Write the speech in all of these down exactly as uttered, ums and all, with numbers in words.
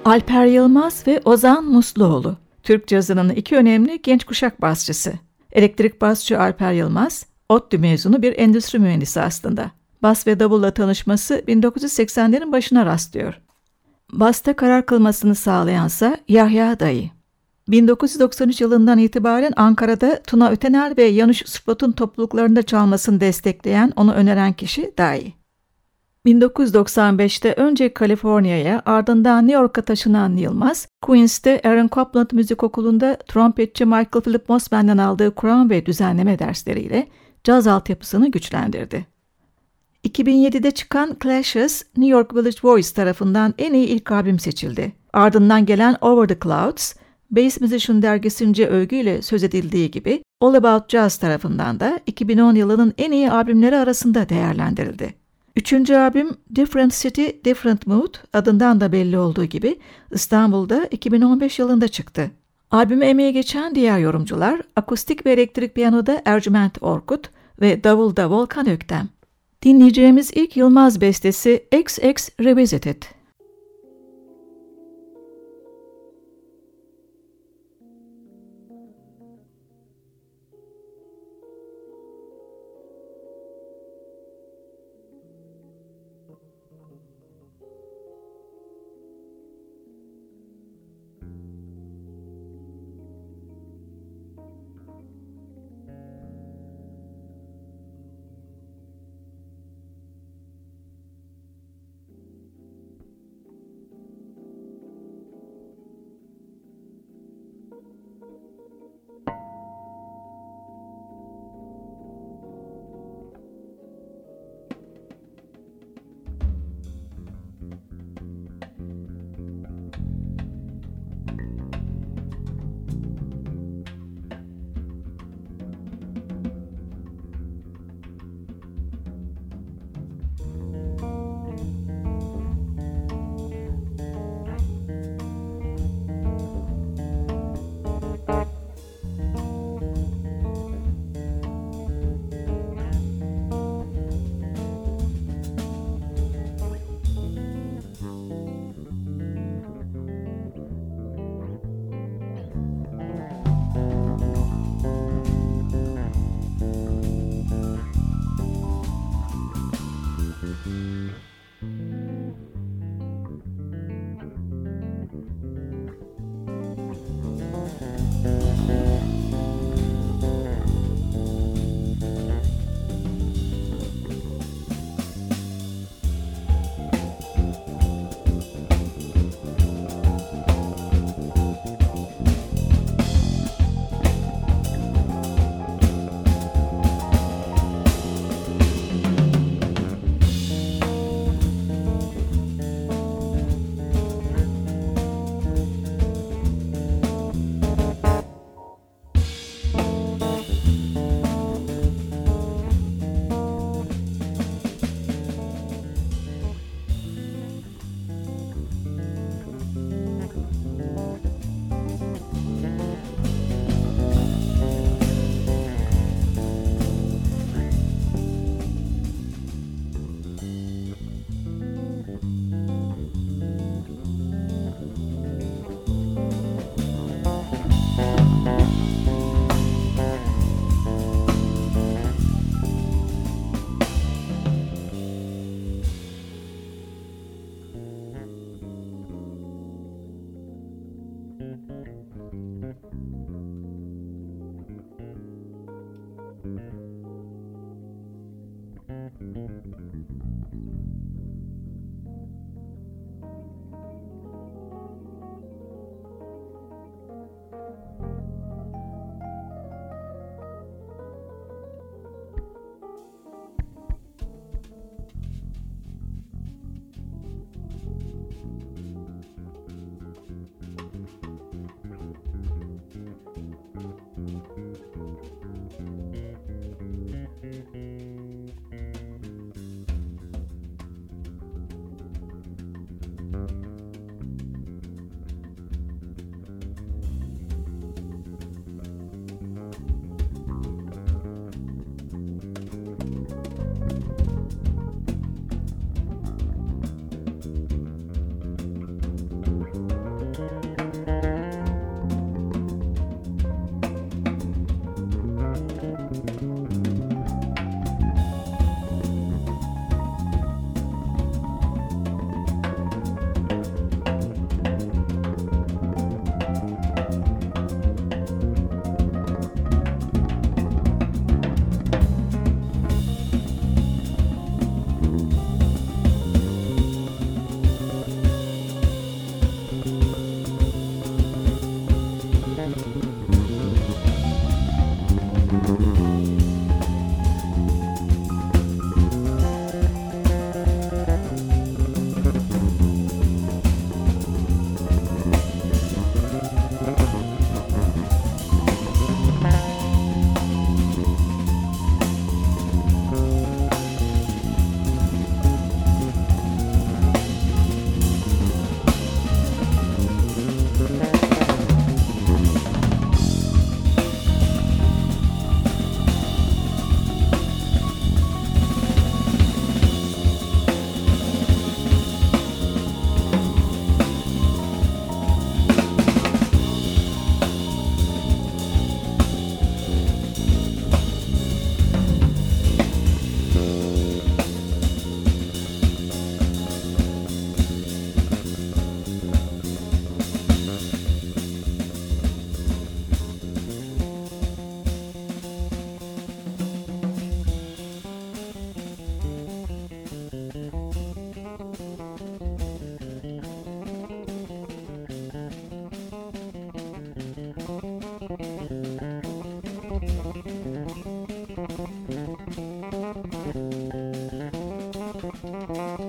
Alper Yılmaz ve Ozan Musluoğlu, Türk cazının iki önemli genç kuşak basçısı. Elektrik basçı Alper Yılmaz, ODTÜ mezunu bir endüstri mühendisi aslında. Bas ve davulla tanışması bin dokuz yüz seksenlerin başına rastlıyor. Basta karar kılmasını sağlayansa Yahya Dayı. bin dokuz yüz doksan üç yılından itibaren Ankara'da Tuna Ötener ve Yanuş Spot'un topluluklarında çalmasını destekleyen, onu öneren kişi Dayı. bin dokuz yüz doksan beşte önce Kaliforniya'ya, ardından New York'a taşınan Yılmaz, Queens'te Aaron Copland Müzik Okulu'nda trompetçi Michael Philip Mosman'dan aldığı kuram ve düzenleme dersleriyle caz altyapısını güçlendirdi. iki bin yedide çıkan Clashes, New York Village Voice tarafından en iyi ilk albüm seçildi. Ardından gelen Over the Clouds, Bass Musician dergisince övgüyle söz edildiği gibi All About Jazz tarafından da iki bin on yılının en iyi albümleri arasında değerlendirildi. Üçüncü albüm Different City, Different Mood adından da belli olduğu gibi İstanbul'da iki bin on beş yılında çıktı. Albüme emeği geçen diğer yorumcular akustik ve elektrik piyanoda Ercüment Orkut ve davulda Volkan Öktem. Dinleyeceğimiz ilk Yılmaz bestesi X X Revisited.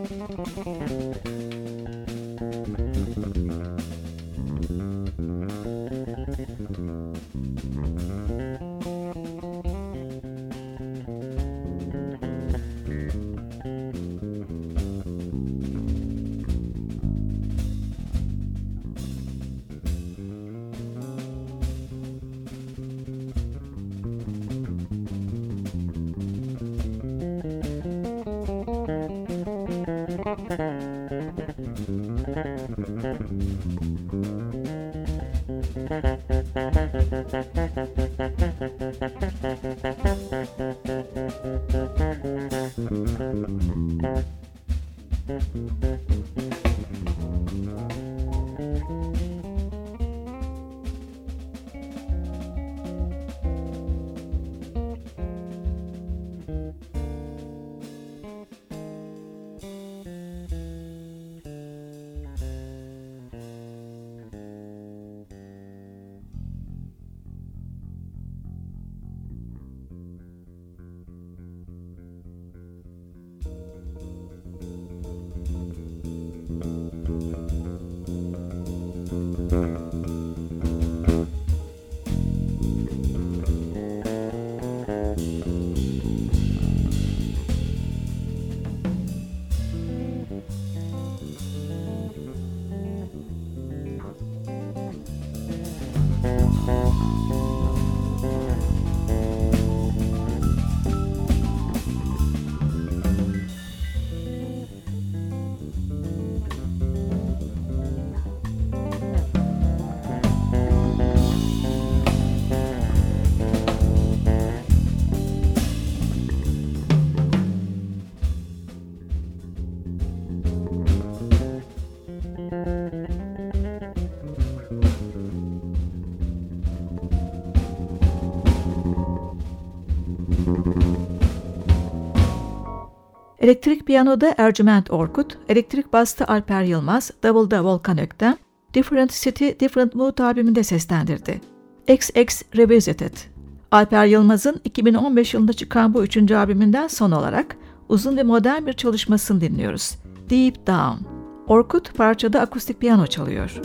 Elektrik piyanoda Ercüment Orkut, elektrik basta Alper Yılmaz, davulda Volkan Öktem, Different City, Different Mood albümünde seslendirdi. X X Revisited. Alper Yılmaz'ın iki bin on beş yılında çıkan bu üçüncü albümünden son olarak uzun ve modern bir çalışmasını dinliyoruz. Deep Down. Orkut parçada akustik piyano çalıyor.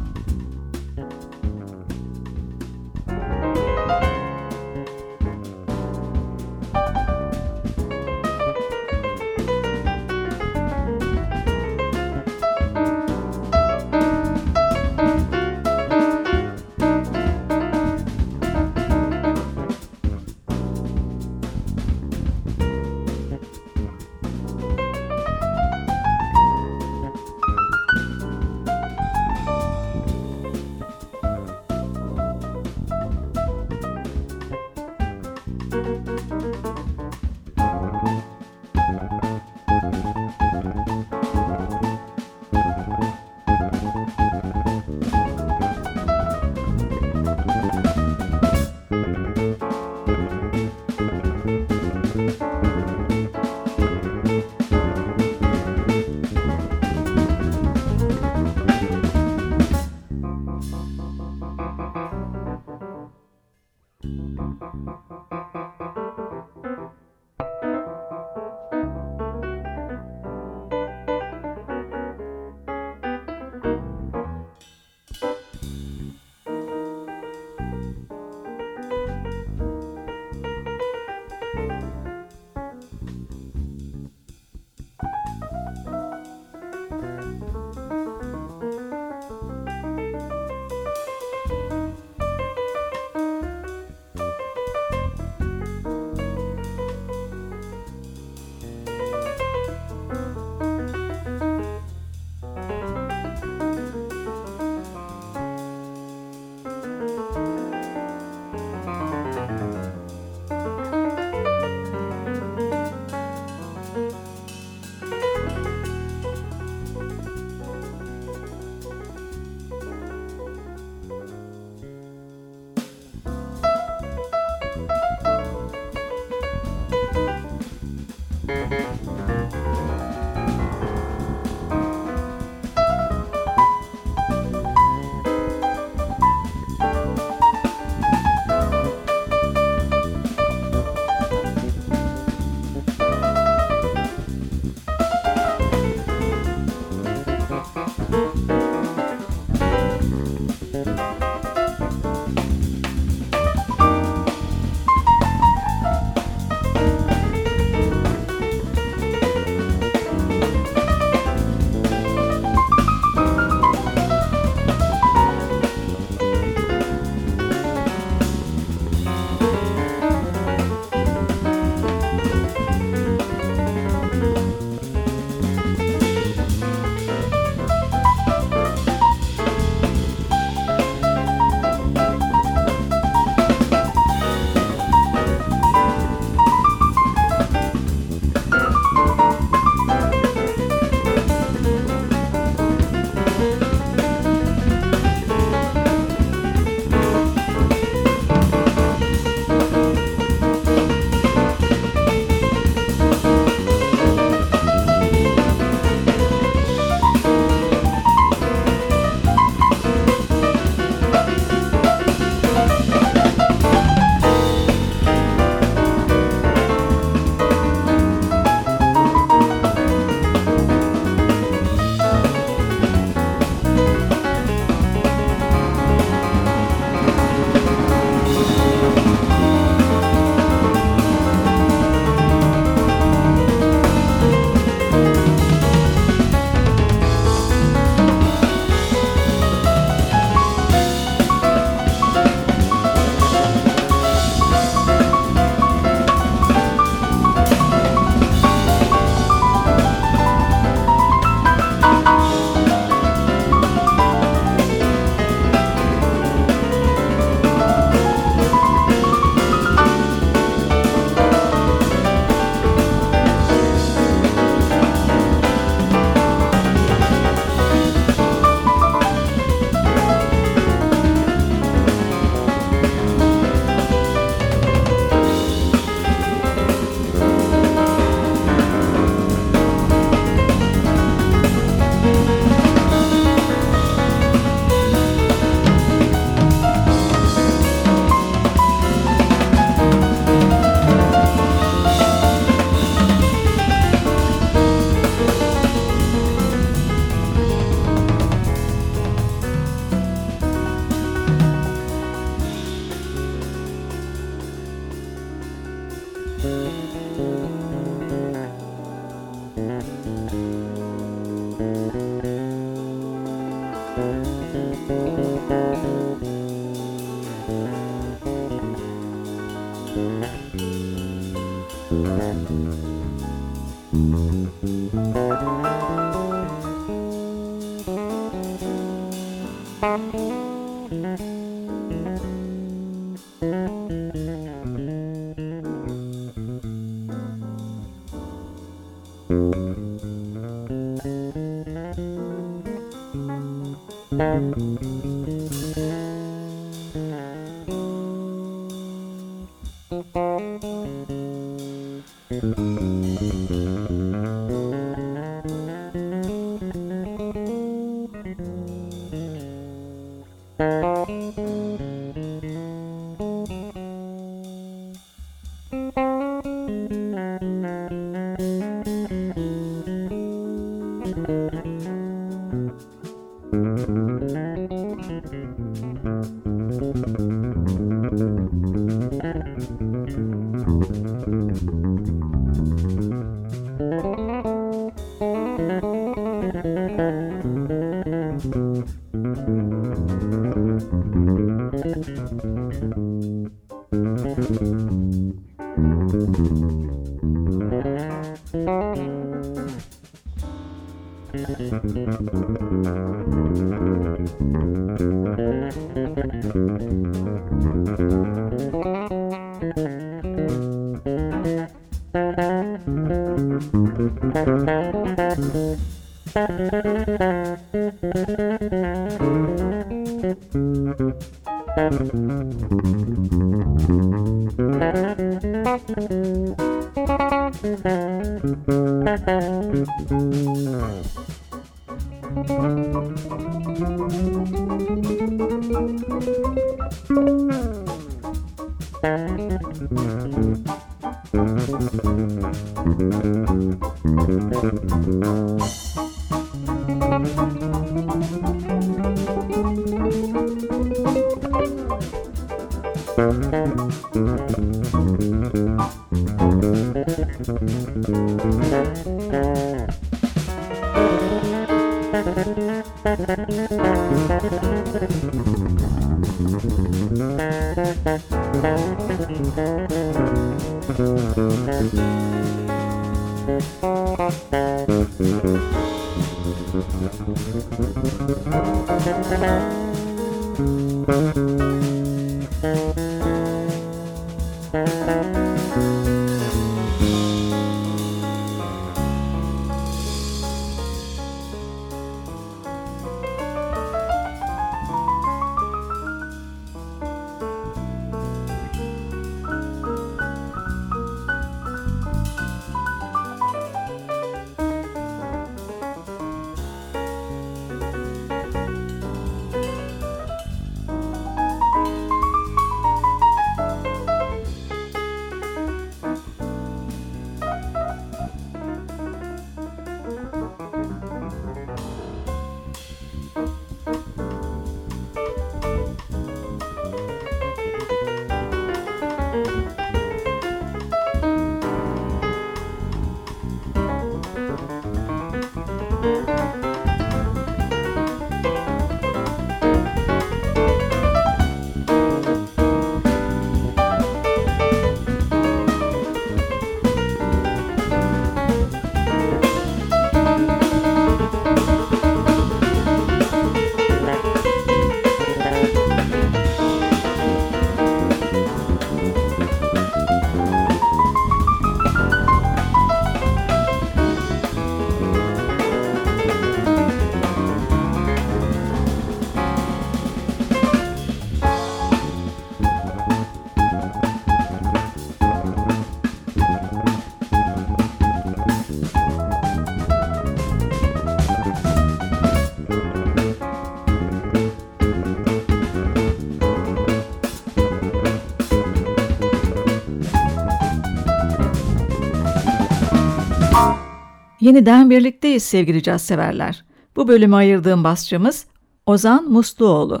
Yeniden birlikteyiz sevgili caz severler. Bu bölüme ayırdığım basçımız Ozan Musluoğlu.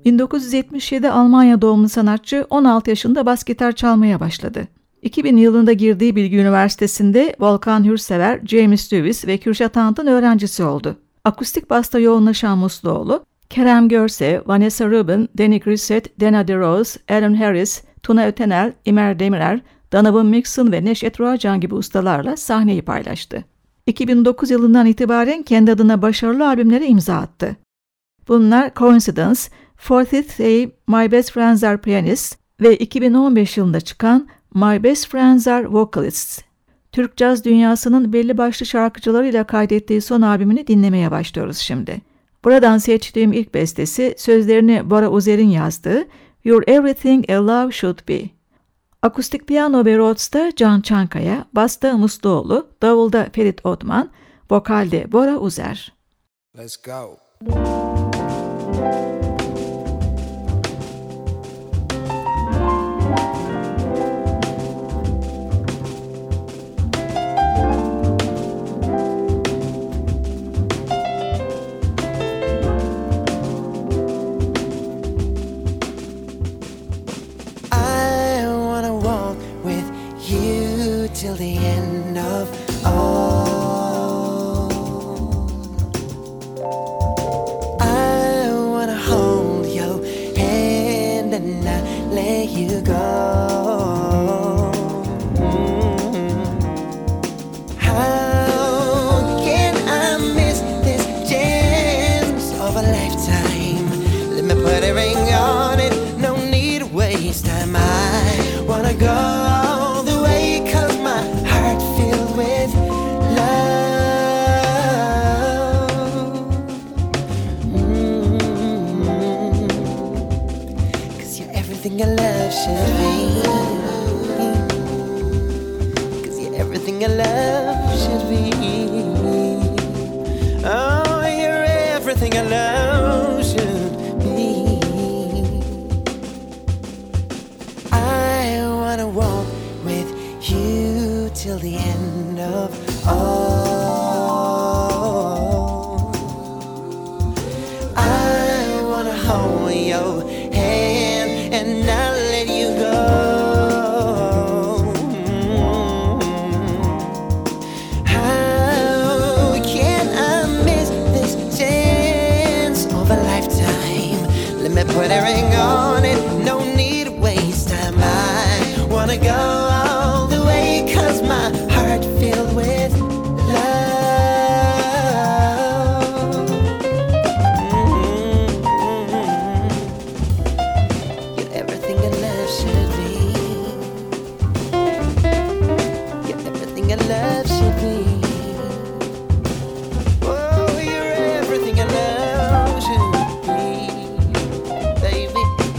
bin dokuz yüz yetmiş yedi Almanya doğumlu sanatçı on altı yaşında bas gitar çalmaya başladı. iki bin yılında girdiği Bilgi Üniversitesi'nde Volkan Hürsever, James Lewis ve Kürşat Ant'ın öğrencisi oldu. Akustik basta yoğunlaşan Musluoğlu, Kerem Görsev, Vanessa Rubin, Danny Grissett, Dana DeRose, Alan Harris, Tuna Ötenel, İmer Demirer, Donovan Mixon ve Neşet Ruacan gibi ustalarla sahneyi paylaştı. iki bin dokuz yılından itibaren kendi adına başarılı albümlere imza attı. Bunlar Coincidence, fortieth Day, My Best Friends Are Pianists ve iki bin on beş yılında çıkan My Best Friends Are Vocalists. Türk caz dünyasının belli başlı şarkıcılarıyla kaydettiği son albümünü dinlemeye başlıyoruz şimdi. Buradan seçtiğim ilk bestesi sözlerini Bora Uzer'in yazdığı You're Everything a Love Should Be. Akustik piyano ve Rhodes'ta Can Çankaya, basta Musluoğlu, davulda Ferit Otman, vokalde Bora Uzer. Let's go. Till the end of all, I wanna hold your hand and not let you go. Mm-hmm. How can I miss this chance of a lifetime? Let me put a ring on it, no need to waste time. I wanna go everything I love should be. 'Cause you're everything I love should be. Oh, you're everything I love should be. I wanna walk with you till the end of all. I wanna hold your hand and I'll let you go. How can I miss this chance of a lifetime? Let me put a ring on it, no need to waste time. I wanna go all the way 'cause my heart filled with love. Love should be. Oh, you're everything I love should be, baby.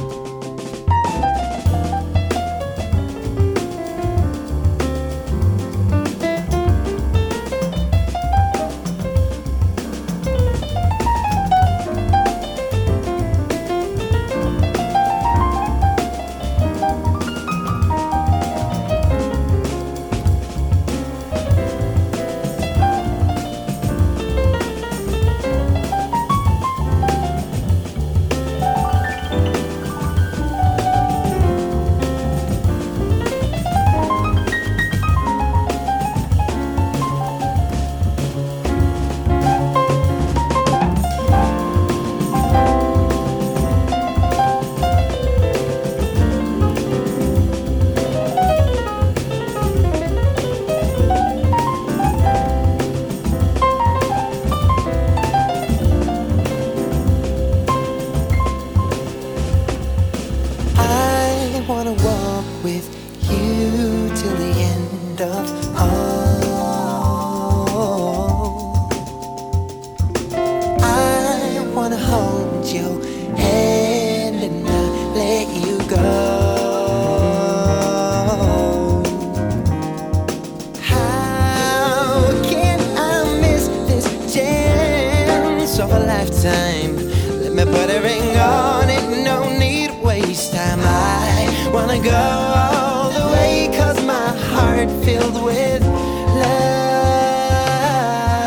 Lifetime. Let me put a ring on it, no need to waste time. I wanna go all the way 'cause my heart filled with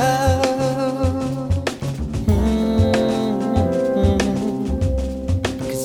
love. Mm-hmm. 'Cause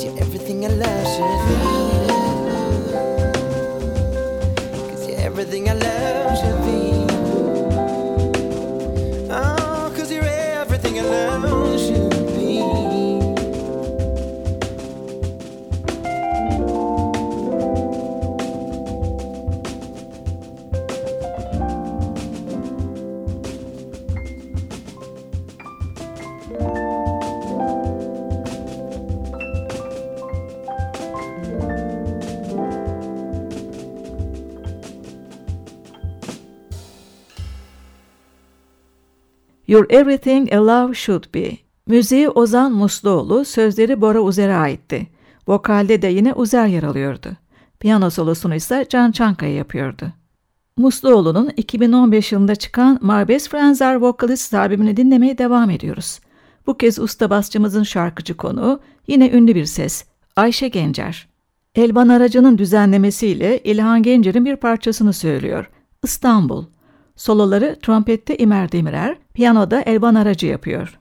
You're Everything a Love Should Be. Müziği Ozan Musluoğlu, sözleri Bora Uzer'e aitti. Vokalde de yine Uzer yer alıyordu. Piyano solosunu ise Can Çankaya yapıyordu. Musluoğlu'nun iki bin on beş yılında çıkan My Best Friends Are Vocalists albümünü dinlemeye devam ediyoruz. Bu kez usta basçımızın şarkıcı konuğu yine ünlü bir ses, Ayşe Gencer. Elvan Aracı'nın düzenlemesiyle İlhan Gencer'in bir parçasını söylüyor, İstanbul. Soloları trompette İmer Demirer, piyanoda Elvan Aracı yapıyor.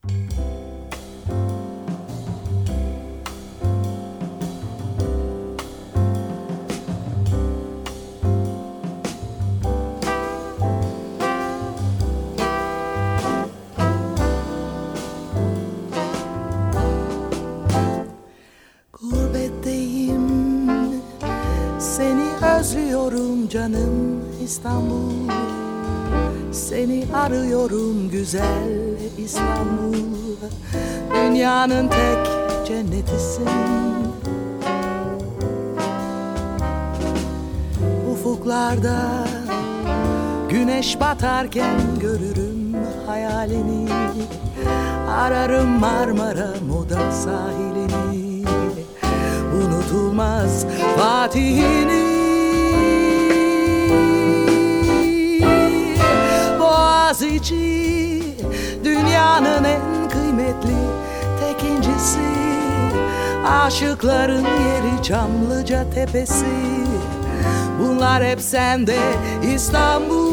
Özlüyorum canım İstanbul, seni arıyorum güzel İstanbul. Dünyanın tek cennetisin, ufuklarda güneş batarken görürüm hayalini. Ararım Marmara Moda sahilini, unutulmaz Fatih'ini. Boğaziçi dünyanın en kıymetli tek incisi, aşıkların yeri Çamlıca Tepesi. Bunlar hep sende İstanbul.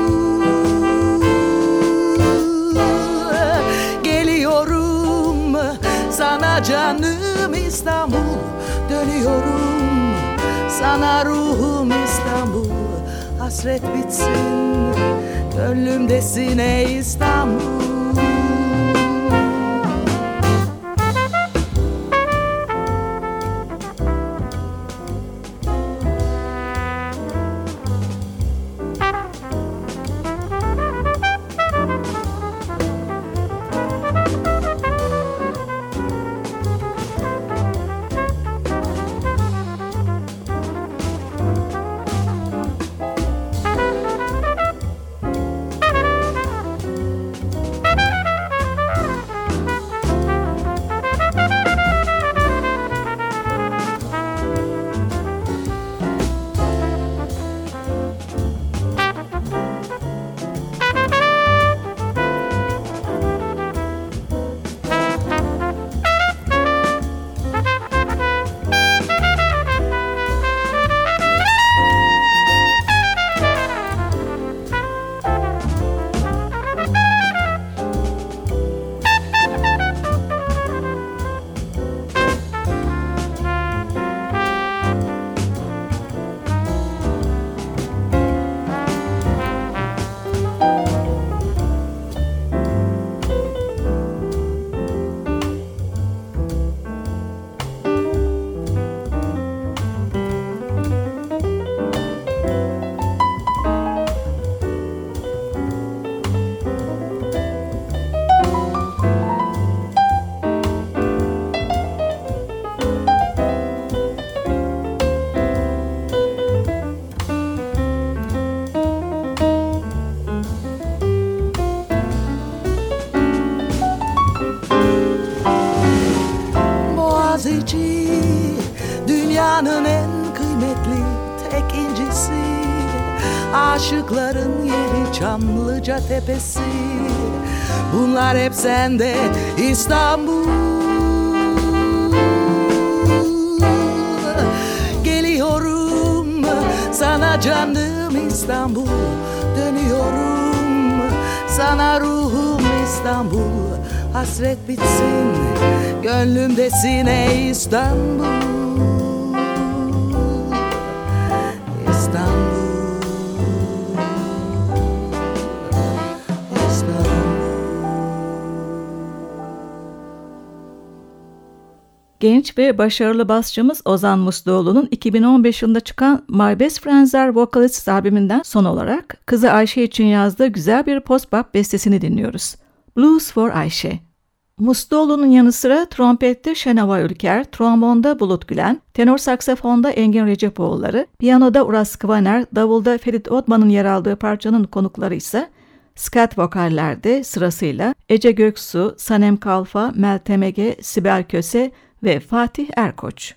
Geliyorum sana canım İstanbul, dönüyorum sana ruhum İstanbul. Hasret bitsin, gönlümdesin ey İstanbul. Dünyanın en kıymetli tek incisi, aşıkların yeri Çamlıca Tepesi. Bunlar hep sende İstanbul. Geliyorum sana canım İstanbul, dönüyorum sana ruhum İstanbul. Hasret bitsin, gönlümdesin ey İstanbul. Genç ve başarılı basçımız Ozan Musluoğlu'nun iki bin on beş yılında çıkan My Best Friends Are Vocalists albümünden son olarak kızı Ayşe için yazdığı güzel bir post-bop bestesini dinliyoruz. Blues for Ayşe. Musluoğlu'nun yanı sıra trompette Şenava Ülker, trombonda Bulut Gülen, tenor saksafonda Engin Recepoğulları, piyanoda Uras Kıvaner, davulda Ferit Otman'ın yer aldığı parçanın konukları ise Skat vokallerde sırasıyla Ece Göksu, Sanem Kalfa, Meltem Ege, Sibel Köse ve Fatih Erkoç.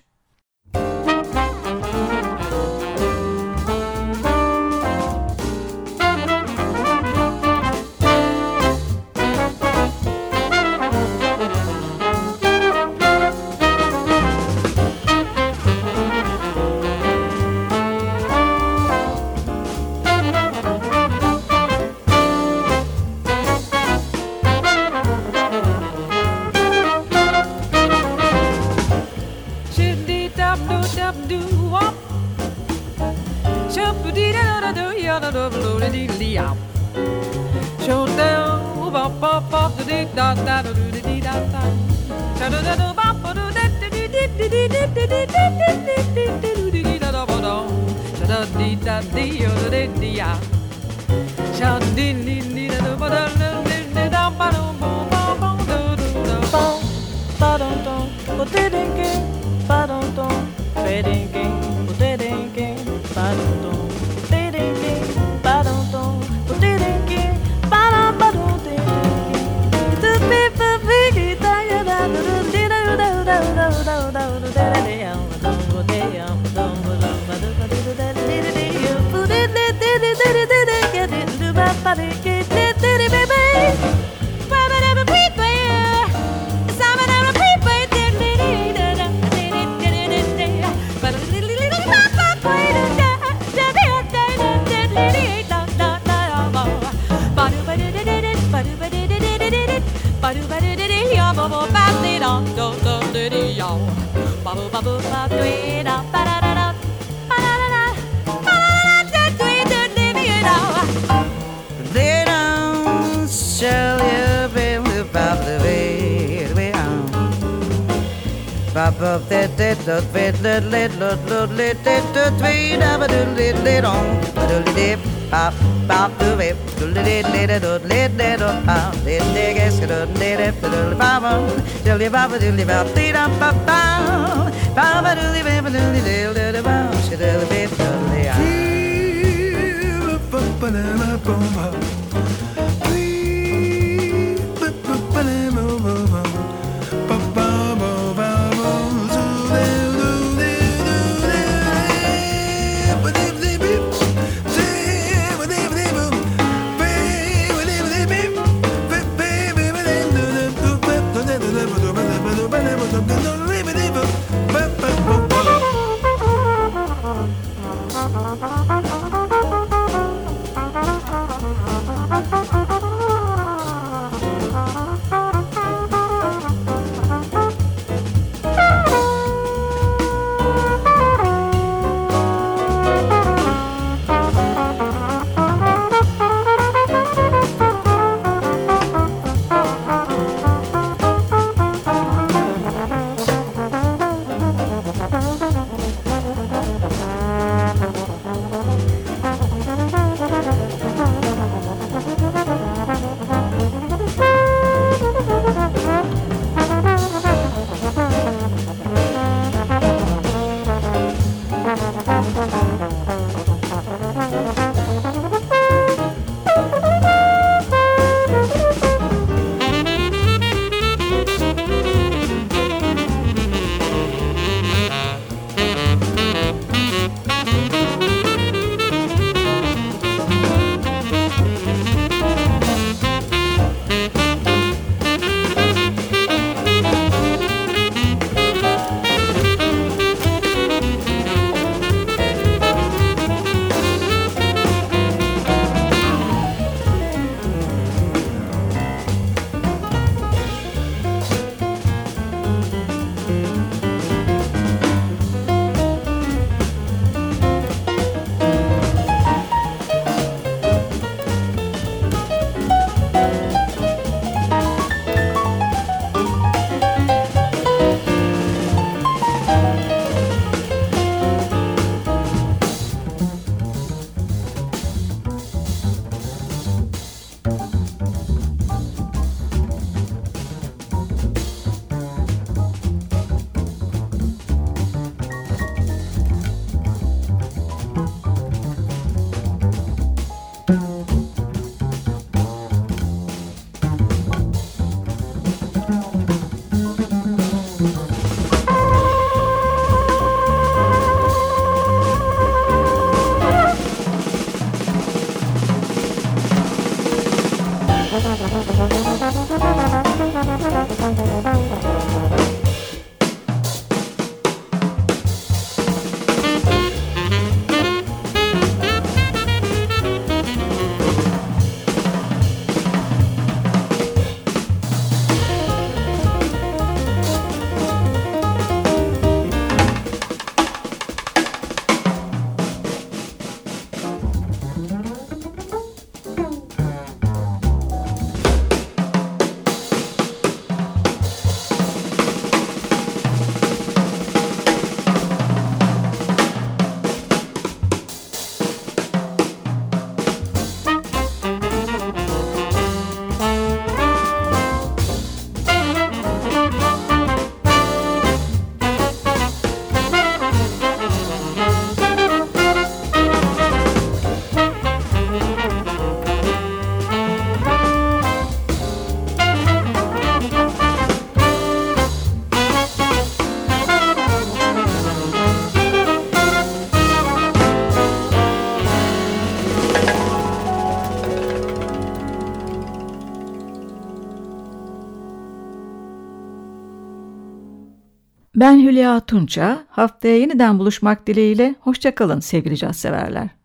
Ben Hülya Tunça. Haftaya yeniden buluşmak dileğiyle hoşça kalın sevgili caz severler.